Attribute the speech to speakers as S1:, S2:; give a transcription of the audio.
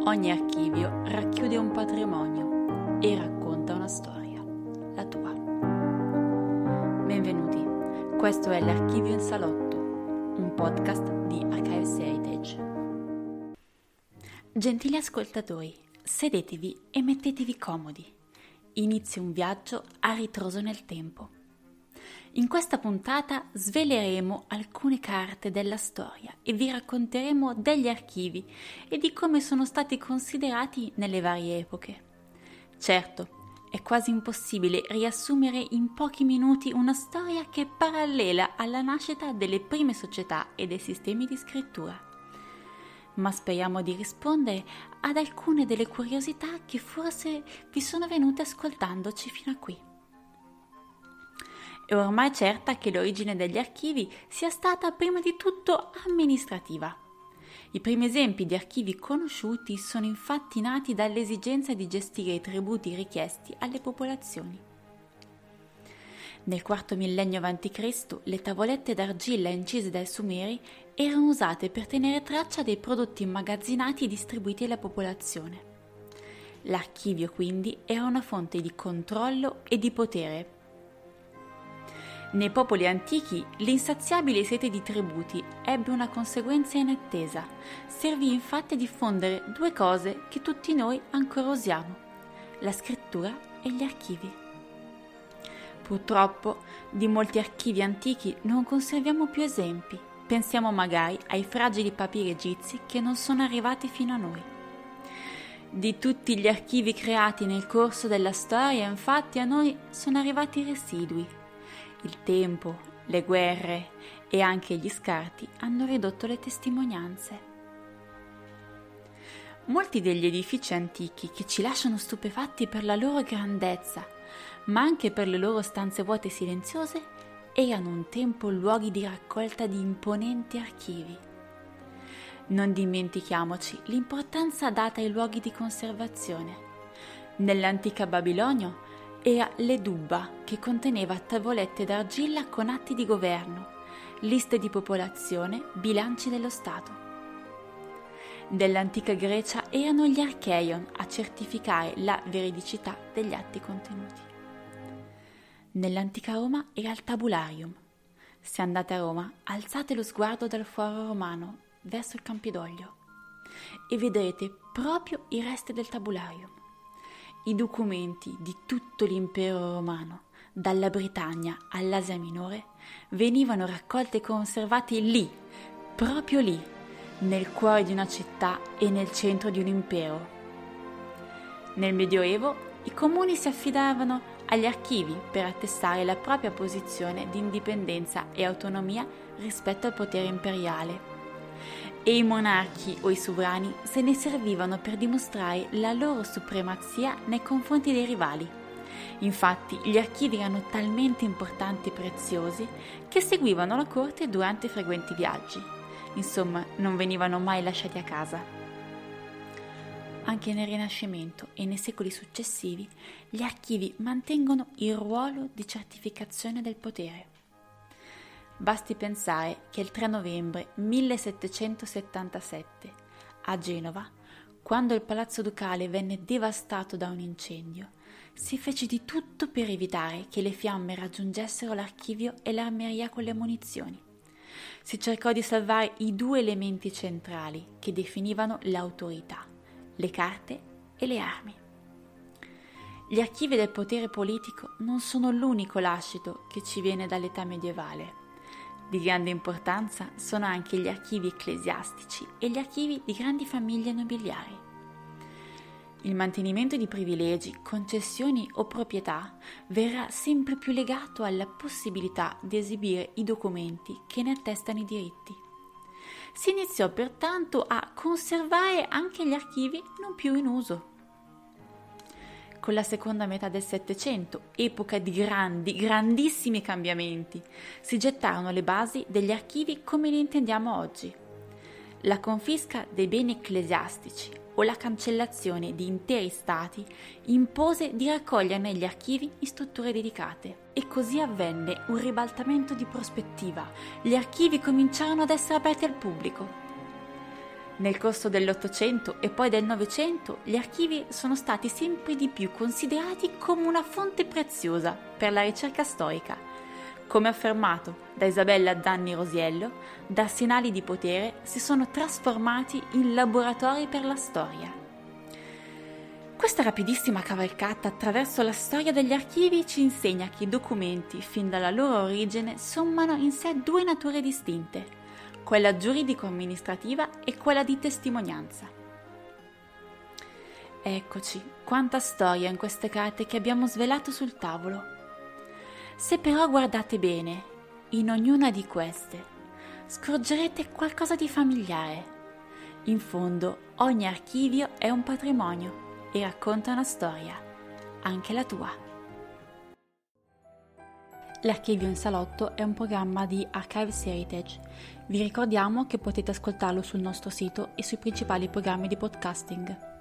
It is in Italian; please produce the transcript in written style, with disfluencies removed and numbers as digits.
S1: Ogni archivio racchiude un patrimonio e racconta una storia, la tua. Benvenuti, questo è l'Archivio in Salotto, un podcast di Archives Heritage. Gentili ascoltatori, sedetevi e mettetevi comodi. Inizia un viaggio a ritroso nel tempo. In questa puntata sveleremo alcune carte della storia e vi racconteremo degli archivi e di come sono stati considerati nelle varie epoche. Certo, è quasi impossibile riassumere in pochi minuti una storia che è parallela alla nascita delle prime società e dei sistemi di scrittura. Ma speriamo di rispondere ad alcune delle curiosità che forse vi sono venute ascoltandoci fino a qui. È ormai certa che l'origine degli archivi sia stata prima di tutto amministrativa. I primi esempi di archivi conosciuti sono infatti nati dall'esigenza di gestire i tributi richiesti alle popolazioni. Nel IV millennio a.C. le tavolette d'argilla incise dai Sumeri erano usate per tenere traccia dei prodotti immagazzinati e distribuiti alla popolazione. L'archivio quindi era una fonte di controllo e di potere. Nei popoli antichi l'insaziabile sete di tributi ebbe una conseguenza inattesa. Servì infatti a diffondere due cose che tutti noi ancora usiamo: la scrittura e gli archivi. Purtroppo di molti archivi antichi non conserviamo più esempi. Pensiamo magari ai fragili papiri egizi che non sono arrivati fino a noi. Di tutti gli archivi creati nel corso della storia, infatti, a noi sono arrivati i residui. Il tempo, le guerre e anche gli scarti hanno ridotto le testimonianze. Molti degli edifici antichi che ci lasciano stupefatti per la loro grandezza, ma anche per le loro stanze vuote e silenziose, erano un tempo luoghi di raccolta di imponenti archivi. Non dimentichiamoci l'importanza data ai luoghi di conservazione. Nell'antica Babilonia era l'Edubba, che conteneva tavolette d'argilla con atti di governo, liste di popolazione, bilanci dello Stato. Nell'antica Grecia erano gli Archeion a certificare la veridicità degli atti contenuti. Nell'antica Roma era il Tabularium. Se andate a Roma, alzate lo sguardo dal Foro Romano verso il Campidoglio e vedrete proprio i resti del Tabularium. I documenti di tutto l'impero romano, dalla Britannia all'Asia Minore, venivano raccolti e conservati lì, proprio lì, nel cuore di una città e nel centro di un impero. Nel Medioevo i comuni si affidavano agli archivi per attestare la propria posizione di indipendenza e autonomia rispetto al potere imperiale. E i monarchi o i sovrani se ne servivano per dimostrare la loro supremazia nei confronti dei rivali. Infatti gli archivi erano talmente importanti e preziosi che seguivano la corte durante i frequenti viaggi. Insomma, non venivano mai lasciati a casa. Anche nel Rinascimento e nei secoli successivi gli archivi mantengono il ruolo di certificazione del potere. Basti pensare che il 3 novembre 1777, a Genova, quando il Palazzo Ducale venne devastato da un incendio, si fece di tutto per evitare che le fiamme raggiungessero l'archivio e l'armeria con le munizioni. Si cercò di salvare i due elementi centrali che definivano l'autorità: le carte e le armi. Gli archivi del potere politico non sono l'unico lascito che ci viene dall'età medievale. Di grande importanza sono anche gli archivi ecclesiastici e gli archivi di grandi famiglie nobiliari. Il mantenimento di privilegi, concessioni o proprietà verrà sempre più legato alla possibilità di esibire i documenti che ne attestano i diritti. Si iniziò pertanto a conservare anche gli archivi non più in uso. Con la seconda metà del Settecento, epoca di grandissimi cambiamenti, si gettarono le basi degli archivi come li intendiamo oggi. La confisca dei beni ecclesiastici o la cancellazione di interi stati impose di raccoglierne gli archivi in strutture dedicate. E così avvenne un ribaltamento di prospettiva. Gli archivi cominciarono ad essere aperti al pubblico. Nel corso dell'Ottocento e poi del Novecento gli archivi sono stati sempre di più considerati come una fonte preziosa per la ricerca storica. Come affermato da Isabella Zanni Rosiello, da arsenali di potere si sono trasformati in laboratori per la storia. Questa rapidissima cavalcata attraverso la storia degli archivi ci insegna che i documenti, fin dalla loro origine, sommano in sé due nature distinte, quella giuridico-amministrativa e quella di testimonianza. Eccoci, quanta storia in queste carte che abbiamo svelato sul tavolo. Se però guardate bene, in ognuna di queste, scorgerete qualcosa di familiare. In fondo, ogni archivio è un patrimonio e racconta una storia, anche la tua. L'Archivio in Salotto è un programma di Archives Heritage. Vi ricordiamo che potete ascoltarlo sul nostro sito e sui principali programmi di podcasting.